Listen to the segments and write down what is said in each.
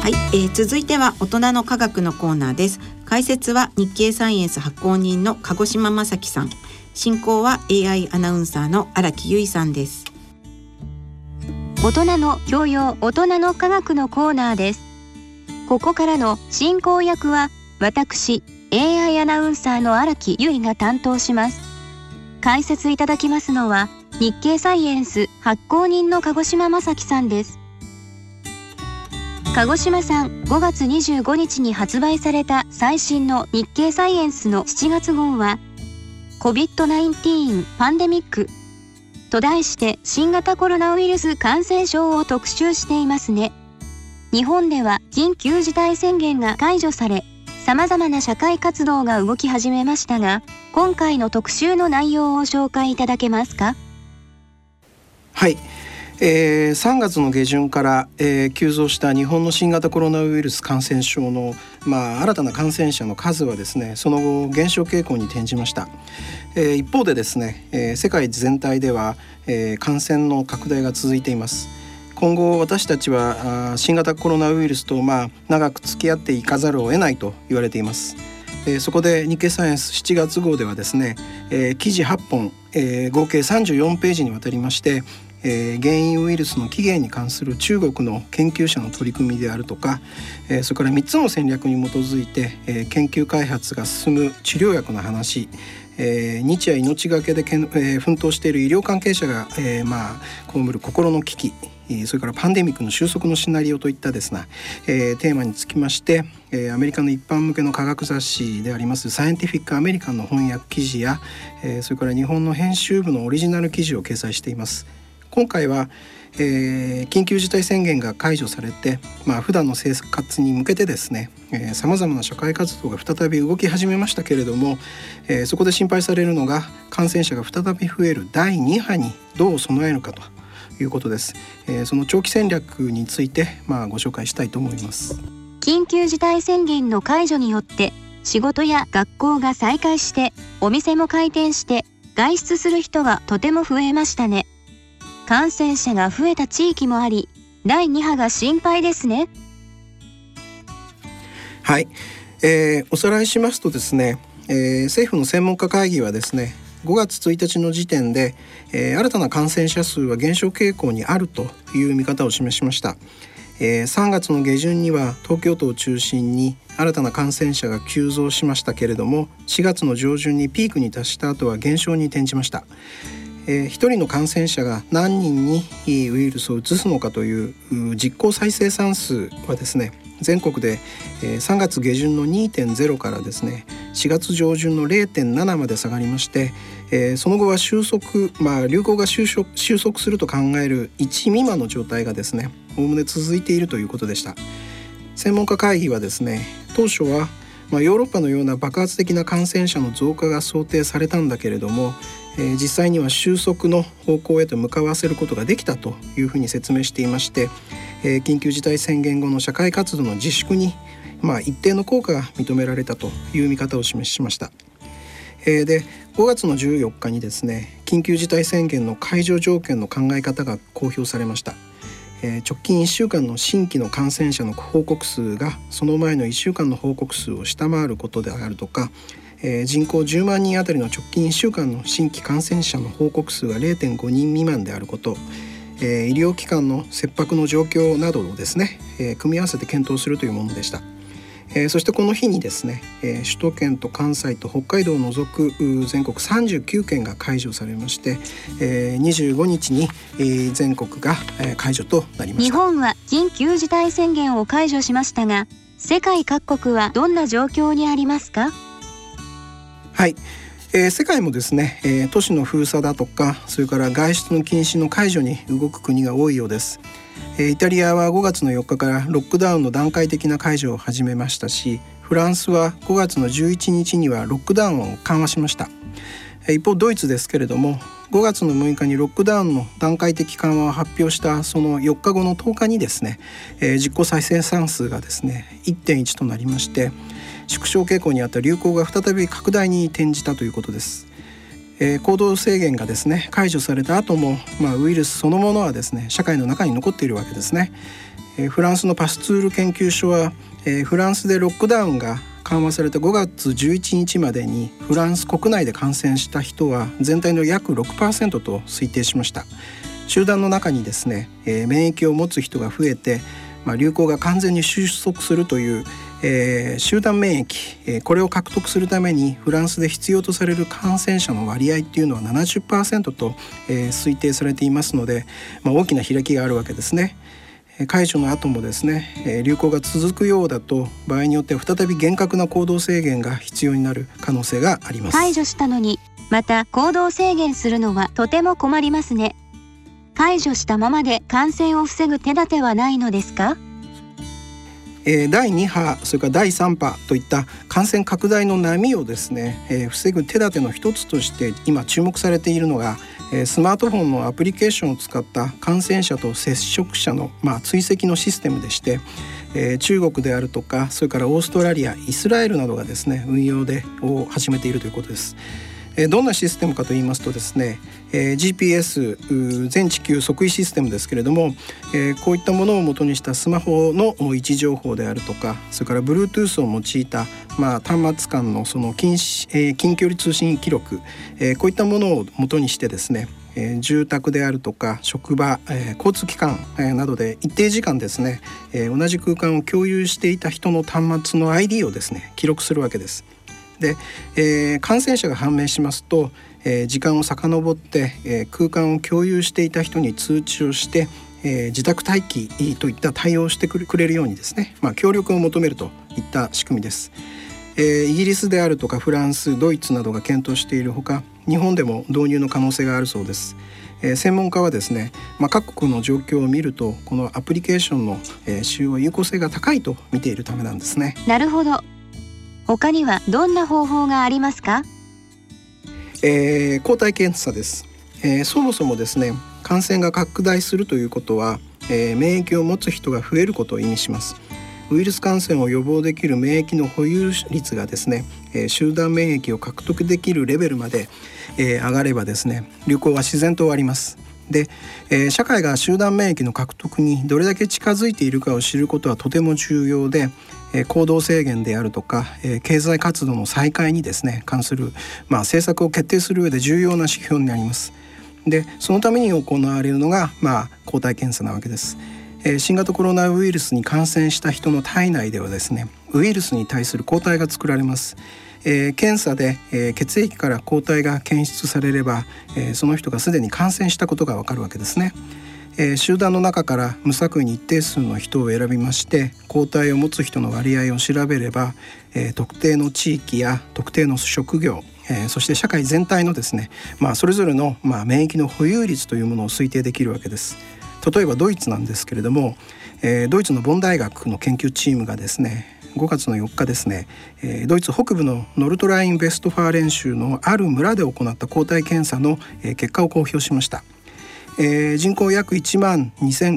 はい、続いては大人の科学のコーナーです。解説は日経サイエンス発行人の鹿児島正樹さん、進行は AI アナウンサーの荒木由衣さんです。 大人の教養、大人の科学のコーナーです。ここからの進行役は私 AI アナウンサーの荒木由衣が担当します。解説いただきますのは日経サイエンス発行人の鹿児島正樹さんです。鹿児島さん、5月25日に発売された最新の日経サイエンスの7月号は COVID-19 パンデミックと題して新型コロナウイルス感染症を特集していますね。日本では緊急事態宣言が解除され、様々な社会活動が動き始めましたが、今回の特集の内容を紹介いただけますか？ はい、3月の下旬から、急増した日本の新型コロナウイルス感染症の、新たな感染者の数はですね、その後減少傾向に転じました。一方でですね、世界全体では、感染の拡大が続いています。今後私たちは新型コロナウイルスと長く付き合っていかざるを得ないと言われています。そこで日経サイエンス7月号ではですね、記事8本、合計34ページにわたりまして、原因ウイルスの起源に関する中国の研究者の取り組みであるとか、それから3つの戦略に基づいて、研究開発が進む治療薬の話、日夜命がけで奮闘している医療関係者が、被る心の危機、それからパンデミックの収束のシナリオといったですね、テーマにつきまして、アメリカの一般向けの科学雑誌でありますサイエンティフィックアメリカンの翻訳記事や、それから日本の編集部のオリジナル記事を掲載しています。今回は、緊急事態宣言が解除されて、普段の生活に向けてですね、様々な社会活動が再び動き始めましたけれども、そこで心配されるのが感染者が再び増える第2波にどう備えるかということです。その長期戦略について、ご紹介したいと思います。 緊急事態宣言の解除によって仕事や学校が再開してお店も開店して外出する人がとても増えましたね。感染者が増えた地域もあり、第2波が心配ですね。 はい、おさらいしますとですね、政府の専門家会議はですね、5月1日の時点で、新たな感染者数は減少傾向にあるという見方を示しました。3月の下旬には東京都を中心に新たな感染者が急増しましたけれども、4月の上旬にピークに達した後は減少に転じました。1人の感染者が何人にウイルスを移すのかという実効再生産数はですね、全国で3月下旬の 2.0 からですね、4月上旬の 0.7 まで下がりまして、その後は収束、流行が収束すると考える1未満の状態がですね、おおむね続いているということでした。専門家会議はですね、当初はヨーロッパのような爆発的な感染者の増加が想定されたんだけれども、実際には収束の方向へと向かわせることができたというふうに説明していまして、緊急事態宣言後の社会活動の自粛に、一定の効果が認められたという見方を示しました。で、5月の14日にですね、緊急事態宣言の解除条件の考え方が公表されました。直近1週間の新規の感染者の報告数がその前の1週間の報告数を下回ることであるとか、人口10万人あたりの直近1週間の新規感染者の報告数が 0.5 人未満であること、医療機関の切迫の状況などをですね、組み合わせて検討するというものでした。そしてこの日にですね、首都圏と関西と北海道を除く全国39県が解除されまして、25日に全国が解除となりました。 日本は緊急事態宣言を解除しましたが、世界各国はどんな状況にありますか？ はい、世界もですね、都市の封鎖だとか、それから外出の禁止の解除に動く国が多いようです。イタリアは5月の4日からロックダウンの段階的な解除を始めましたし、フランスは5月の11日にはロックダウンを緩和しました。一方ドイツですけれども、5月の6日にロックダウンの段階的緩和を発表したその4日後の10日にですね、実効再生産数がですね 1.1 となりまして、縮小傾向にあった流行が再び拡大に転じたということです。行動制限がですね解除された後も、ウイルスそのものはですね社会の中に残っているわけですね。 フランスのパスツール研究所は、フランスでロックダウンが緩和された5月11日までにフランス国内で感染した人は全体の約 6% と推定しました。集団の中にですね、免疫を持つ人が増えて、流行が完全に収束するという、集団免疫、これを獲得するためにフランスで必要とされる感染者の割合っていうのは 70% と、推定されていますので、大きな開きがあるわけですね。解除の後もですね、流行が続くようだと場合によっては再び厳格な行動制限が必要になる可能性があります。 解除したのにまた行動制限するのはとても困りますね。解除したままで感染を防ぐ手立てはないのですか？ 第2波、それから第3波といった感染拡大の波をですね、防ぐ手立ての一つとして今注目されているのが、スマートフォンのアプリケーションを使った感染者と接触者の、追跡のシステムでして、中国であるとか、それからオーストラリア、イスラエルなどがですね運用を始めているということです。どんなシステムかと言いますとですね、GPS 全地球測位システムですけれども、こういったものを元にしたスマホの位置情報であるとか、それから Bluetooth を用いた、端末間のその近距離通信記録、こういったものを元にしてですね、住宅であるとか職場、交通機関、などで一定時間ですね、同じ空間を共有していた人の端末の ID をですね記録するわけです。で、感染者が判明しますと、時間を遡って、空間を共有していた人に通知をして、自宅待機といった対応をしてくれるようにですね、協力を求めるといった仕組みです。イギリスであるとかフランス、ドイツなどが検討しているほか、日本でも導入の可能性があるそうです。専門家はですね、各国の状況を見るとこのアプリケーションの、使用は有効性が高いと見ているためなんですね。 なるほど。他にはどんな方法がありますか？ 抗体検査です。そもそもですね、感染が拡大するということは、免疫を持つ人が増えることを意味します。ウイルス感染を予防できる免疫の保有率がですね、集団免疫を獲得できるレベルまで、上がればですね、流行は自然と終わります。で、社会が集団免疫の獲得にどれだけ近づいているかを知ることはとても重要で、行動制限であるとか、経済活動の再開にですね関する、政策を決定する上で重要な指標になります。で、そのために行われるのが、抗体検査なわけです。新型コロナウイルスに感染した人の体内ではですね、ウイルスに対する抗体が作られます。検査で、血液から抗体が検出されれば、その人がすでに感染したことがわかるわけですね。集団の中から無作為に一定数の人を選びまして、抗体を持つ人の割合を調べれば、特定の地域や特定の職業、そして社会全体のですね、それぞれの、免疫の保有率というものを推定できるわけです。例えばドイツなんですけれども、ドイツのボン大学の研究チームがですね、5月の4日ですね、ドイツ北部のノルトライン・ベストファーレン州のある村で行った抗体検査の、結果を公表しました。人口約1万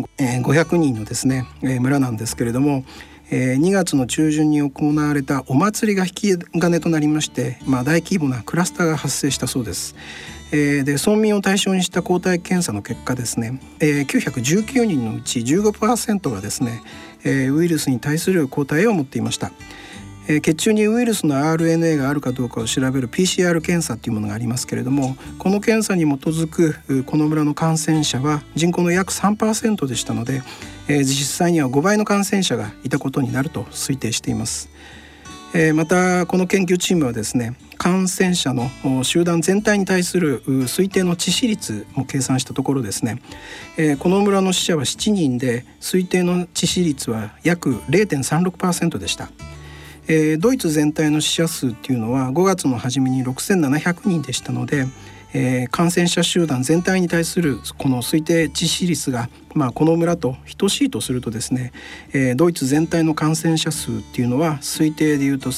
2500人のですね、村なんですけれども、2月の中旬に行われたお祭りが引き金となりまして、大規模なクラスターが発生したそうです。で、村民を対象にした抗体検査の結果ですね、919人のうち 15% がですね、ウイルスに対する抗体を持っていました。血中にウイルスの RNA があるかどうかを調べる PCR 検査というものがありますけれども、この検査に基づくこの村の感染者は人口の約 3% でしたので、実際には5倍の感染者がいたことになると推定しています。またこの研究チームはですね、感染者の集団全体に対する推定の致死率も計算したところですね、この村の死者は7人で推定の致死率は約 0.36% でした。ドイツ全体の死者数っていうのは5月の初めに6700人でしたので、感染者集団全体に対するこの推定致死率が、この村と等しいとするとですね、ドイツ全体の感染者数っていうのは推定でいうと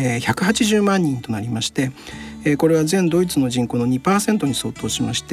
180万人となりまして、これは全ドイツの人口の 2% に相当しまして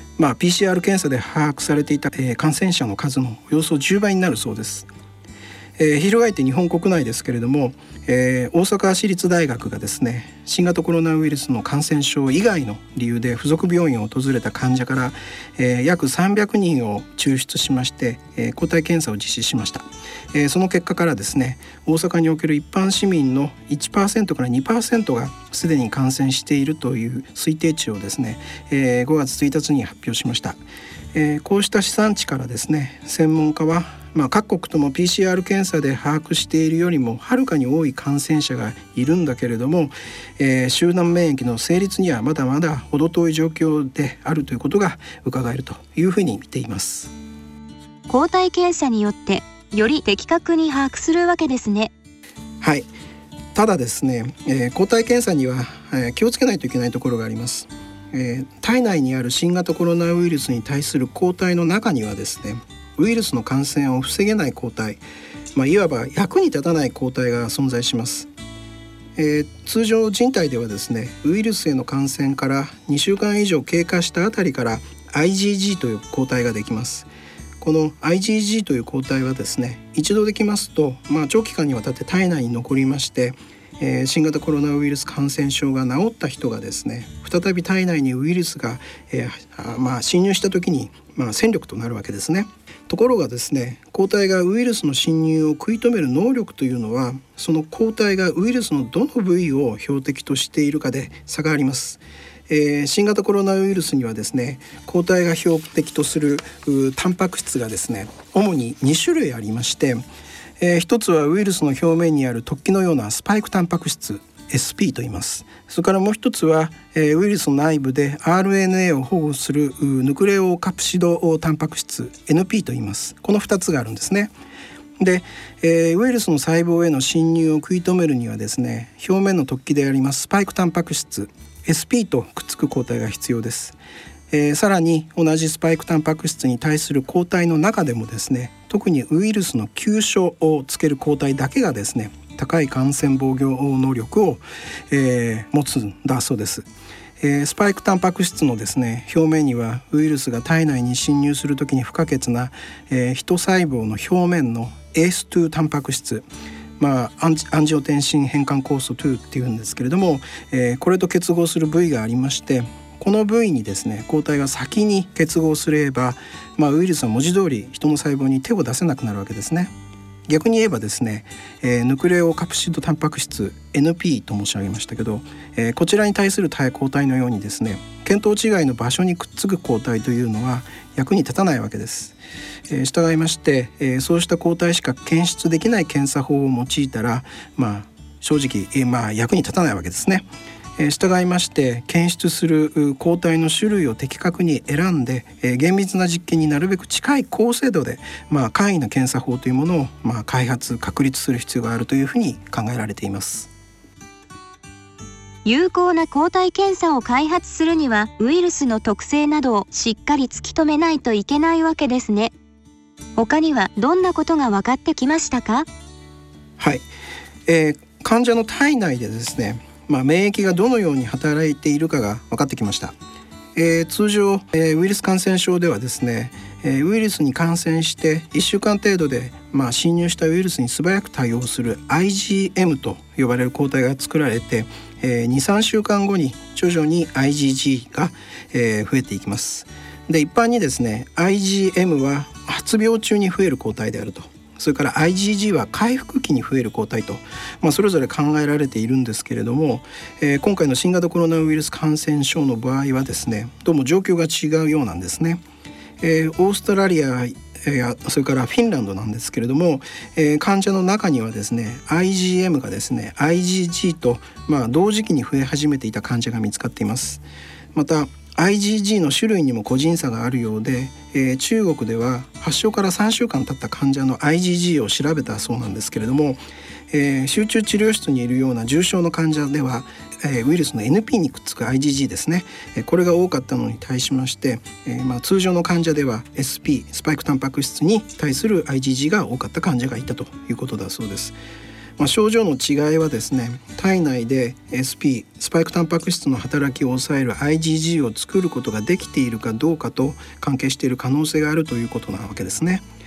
、PCR 検査で把握されていた、感染者の数のおよそ10倍になるそうです。 翻って日本国内ですけれども、大阪市立大学がですね、新型コロナウイルスの感染症以外の理由で付属病院を訪れた患者から、約300人を抽出しまして、抗体検査を実施しました。その結果からですね、大阪における一般市民の 1% から 2% がすでに感染しているという推定値をですね、5月1日に発表しました。こうした試算値からですね、専門家は各国とも PCR 検査で把握しているよりもはるかに多い感染者がいるんだけれども、集団免疫の成立にはまだまだ程遠い状況であるということが伺えるというふうに見ています。 抗体検査によってより的確に把握するわけですね。 はい。ただですね、抗体検査には、気をつけないといけないところがあります。体内にある新型コロナウイルスに対する抗体の中にはですね、ウイルスの感染を防げない抗体、いわば役に立たない抗体が存在します。通常人体ではですね、ウイルスへの感染から2週間以上経過したあたりから IgG という抗体ができます。この IgG という抗体はですね、一度できますと、長期間にわたって体内に残りまして、新型コロナウイルス感染症が治った人がですね、再び体内にウイルスが、侵入した時に、戦力となるわけですね。ところがですね、抗体がウイルスの侵入を食い止める能力というのは、その抗体がウイルスのどの部位を標的としているかで差があります。新型コロナウイルスにはですね、抗体が標的とするタンパク質がですね、主に2種類ありまして、一つはウイルスの表面にある突起のようなスパイクタンパク質 SP と言います。それからもう一つは、ウイルスの内部で RNA を保護するヌクレオカプシドタンパク質 NP と言います。この2つがあるんですね。で、ウイルスの細胞への侵入を食い止めるにはですね、表面の突起でありますスパイクタンパク質 SP とくっつく抗体が必要です。さらに同じスパイクタンパク質に対する抗体の中でもですね、特にウイルスの急所をつける抗体だけがですね、高い感染防御能力を、持つんだそうです。スパイクタンパク質のですね、表面にはウイルスが体内に侵入するときに不可欠な、人細胞の表面の ACE2 タンパク質、アンジオテンシン変換酵素2っていうんですけれども、これと結合する部位がありまして、この部位にですね、抗体が先に結合すれば、ウイルスは文字通り人の細胞に手を出せなくなるわけですね。逆に言えばですね、ヌクレオカプシドタンパク質 NP と申し上げましたけど、こちらに対する抗体のようにですね、見当違いの場所にくっつく抗体というのは役に立たないわけです。従いまして、そうした抗体しか検出できない検査法を用いたら、正直、役に立たないわけですね。従いまして検出する抗体の種類を的確に選んで、厳密な実験になるべく近い高精度で、簡易な検査法というものを、開発確立する必要があるというふうに考えられています。 有効な抗体検査を開発するにはウイルスの特性などをしっかり突き止めないといけないわけですね。他にはどんなことが分かってきましたか？ はい、患者の体内でですね、免疫がどのように働いているかが分かってきました。通常、ウイルス感染症ではですね、ウイルスに感染して1週間程度で、侵入したウイルスに素早く対応する IgM と呼ばれる抗体が作られて、2、3週間後に徐々に IgG が、増えていきます。で、一般にですね、IgM は発病中に増える抗体であると。それから IgG は回復期に増える抗体と、それぞれ考えられているんですけれども、今回の新型コロナウイルス感染症の場合はですね、どうも状況が違うようなんですね。オーストラリアやそれからフィンランドなんですけれども、患者の中にはですね IgM がですね IgG と、同時期に増え始めていた患者が見つかっています。またIgG の種類にも個人差があるようで、中国では発症から3週間経った患者の IgG を調べたそうなんですけれども、集中治療室にいるような重症の患者では、ウイルスの NP にくっつく IgG ですね、これが多かったのに対しまして、通常の患者では SP スパイクタンパク質に対する IgG が多かった患者がいたということだそうです。症状の違いはですね、体内で SP スパイクタンパク質の働きを抑える IgG を作ることができているかどうかと関係している可能性があるということなわけですね。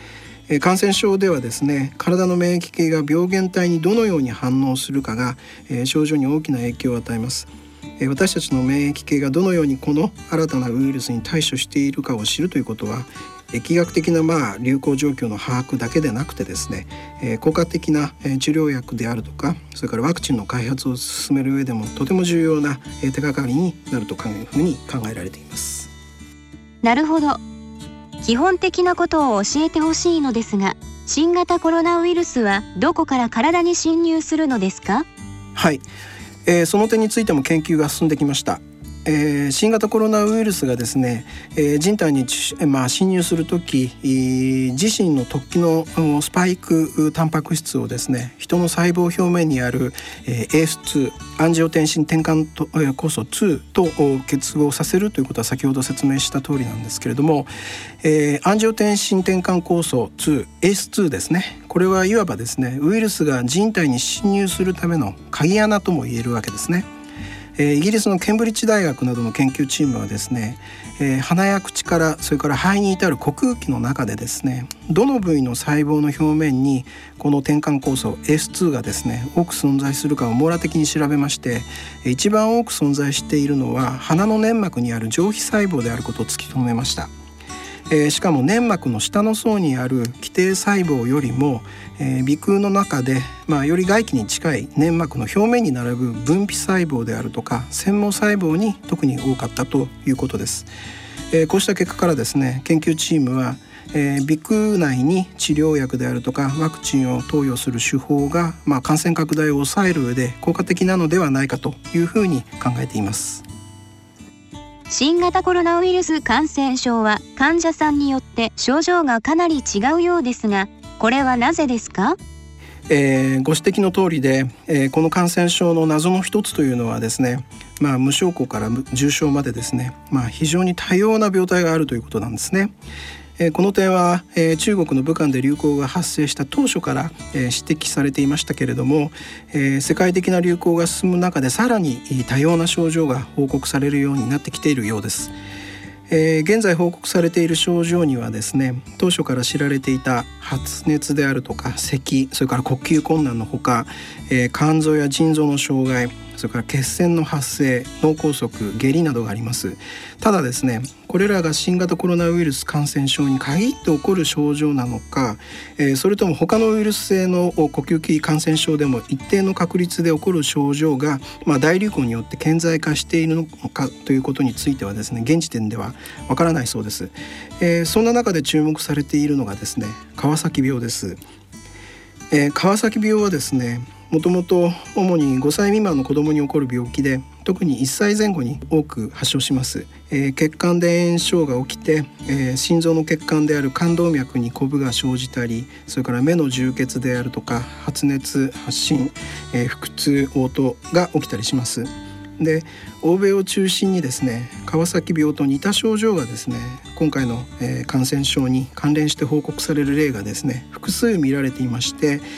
感染症ではですね、体の免疫系が病原体にどのように反応するかが症状に大きな影響を与えます。私たちの免疫系がどのようにこの新たなウイルスに対処しているかを知るということは、疫学的な流行状況の把握だけでなくてですね、効果的な治療薬であるとか、それからワクチンの開発を進める上でもとても重要な手がかりになるというふうに考えられています。 なるほど。基本的なことを教えてほしいのですが、新型コロナウイルスはどこから体に侵入するのですか？ はい、その点についても研究が進んできました。新型コロナウイルスがですね、人体に、侵入するとき、自身の突起のスパイクタンパク質をですね、人の細胞表面にある、ACE2 アンジオテンシン転換酵素2と結合させるということは先ほど説明した通りなんですけれども、アンジオテンシン転換酵素2 ACE2 ですね、これはいわばですね、ウイルスが人体に侵入するための鍵穴とも言えるわけですね。イギリスのケンブリッジ大学などの研究チームはですね、鼻や口からそれから肺に至る呼吸器の中でですね、どの部位の細胞の表面にこの転換酵素 ACE2 がですね多く存在するかを網羅的に調べまして、一番多く存在しているのは鼻の粘膜にある上皮細胞であることを突き止めました。しかも粘膜の下の層にある基底細胞よりも、鼻腔の中で、より外気に近い粘膜の表面に並ぶ分泌細胞であるとか繊毛細胞に特に多かったということです。こうした結果からですね、研究チームは、鼻腔内に治療薬であるとかワクチンを投与する手法が、感染拡大を抑える上で効果的なのではないかというふうに考えています。 新型コロナウイルス感染症は患者さんによって症状がかなり違うようですが、これはなぜですか？ ご指摘の通りで、この感染症の謎の一つというのはですね、無症候から重症までですね、非常に多様な病態があるということなんですね。この点は、中国の武漢で流行が発生した当初から、指摘されていましたけれども、世界的な流行が進む中でさらに多様な症状が報告されるようになってきているようです。現在報告されている症状にはですね、当初から知られていた発熱であるとか咳、それから呼吸困難のほか、肝臓や腎臓の障害、それから血栓の発生、脳梗塞、下痢などがあります。ただですね、これらが新型コロナウイルス感染症に限って起こる症状なのか、それとも他のウイルス性の呼吸器感染症でも一定の確率で起こる症状が、大流行によって顕在化しているのかということについてはですね、現時点ではわからないそうです。そんな中で注目されているのがですね、川崎病です。川崎病はですね、もともと主に5歳未満の子どもに起こる病気で、特に1歳前後に多く発症します。血管で炎症が起きて、心臓の血管である冠動脈にコブが生じたり、それから目の充血であるとか発熱、発疹、腹痛、嘔吐が起きたりします。で、欧米を中心にですね、川崎病と似た症状がですね、今回の、感染症に関連して報告される例がですね、複数見られていまして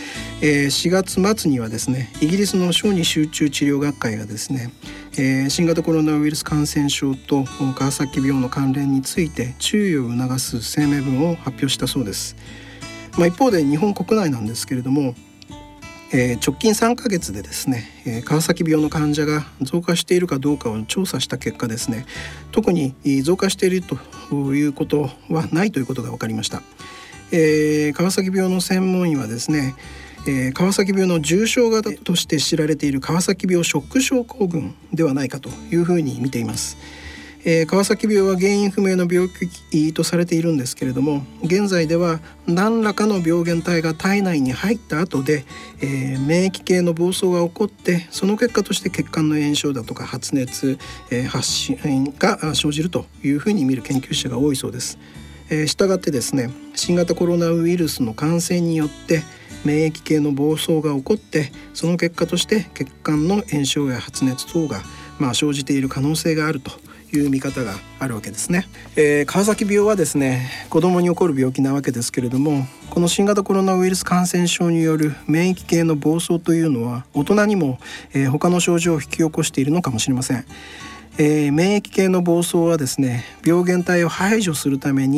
、4月末にはですね、イギリスの小児集中治療学会がですね、新型コロナウイルス感染症と川崎病の関連について注意を促す声明文を発表したそうです。一方で日本国内なんですけれども、直近3ヶ月でですね、川崎病の患者が増加しているかどうかを調査した結果ですね、特に増加しているということはないということが分かりました。川崎病の専門医はですね、川崎病の重症型として知られている川崎病ショック症候群ではないかというふうに見ています。川崎病は原因不明の病気とされているんですけれども、現在では何らかの病原体が体内に入った後で、免疫系の暴走が起こって、その結果として血管の炎症だとか発熱、発疹が生じるというふうに見る研究者が多いそうです。したがってですね、新型コロナウイルスの感染によって免疫系の暴走が起こって、その結果として血管の炎症や発熱等が生じている可能性があるという見方があるわけですね。川崎病はですね、子どもに起こる病気なわけですけれども、この新型コロナウイルス感染症による免疫系の暴走というのは大人にも、他の症状を引き起こしているのかもしれません。免疫系の暴走はですね、病原体を排除するために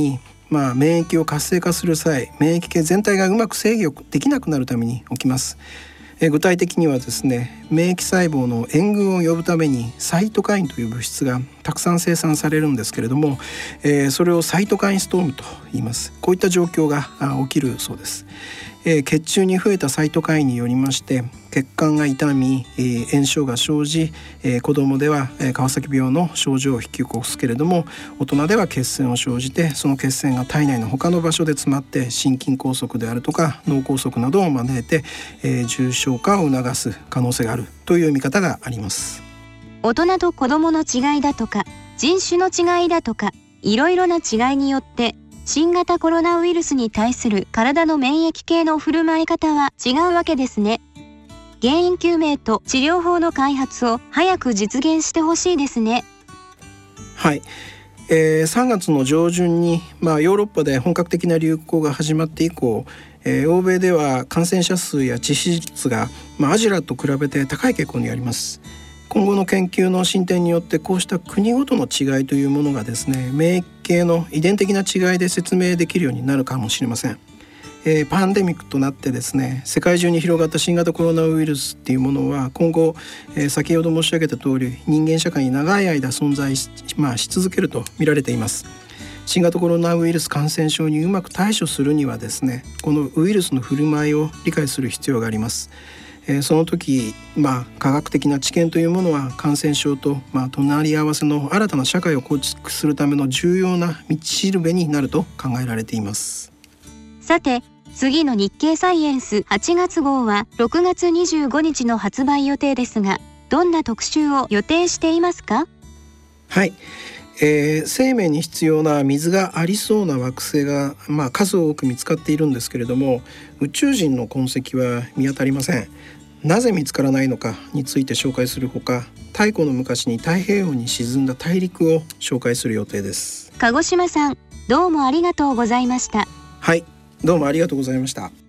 免疫を活性化する際、免疫系全体がうまく制御できなくなるために起きます。具体的にはですね、免疫細胞の援軍を呼ぶためにサイトカインという物質がたくさん生産されるんですけれども、それをサイトカインストームと言います。こういった状況が起きるそうです。血中に増えたサイトカインによりまして血管が痛み、炎症が生じ、子どもでは川崎病の症状を引き起こすけれども、大人では血栓を生じて、その血栓が体内の他の場所で詰まって心筋梗塞であるとか脳梗塞などを招いて、重症化を促す可能性があるという見方があります。 大人と子どもの違いだとか人種の違いだとか、いろいろな違いによって新型コロナウイルスに対する体の免疫系の振る舞い方は違うわけですね。原因究明と治療法の開発を早く実現してほしいですね。 はい、3月の上旬に、ヨーロッパで本格的な流行が始まって以降、欧米では感染者数や致死率が、アジアと比べて高い傾向にあります。今後の研究の進展によってこうした国ごとの違いというものがですね、免疫系の遺伝的な違いで説明できるようになるかもしれません。パンデミックとなってですね、世界中に広がった新型コロナウイルスっていうものは今後、先ほど申し上げた通り人間社会に長い間存在し続けると見られています。新型コロナウイルス感染症にうまく対処するにはですね、このウイルスの振る舞いを理解する必要があります。その時、科学的な知見というものは感染症と、隣り合わせの新たな社会を構築するための重要な道しるべになると考えられています。 さて、次の日経サイエンス8月号は6月25日の発売予定ですが、どんな特集を予定していますか？ はい、生命に必要な水がありそうな惑星が、数多く見つかっているんですけれども、宇宙人の痕跡は見当たりません。なぜ見つからないのかについて紹介するほか、太古の昔に太平洋に沈んだ大陸を紹介する予定です。 鹿児島さん、どうもありがとうございました。 はい、どうもありがとうございました。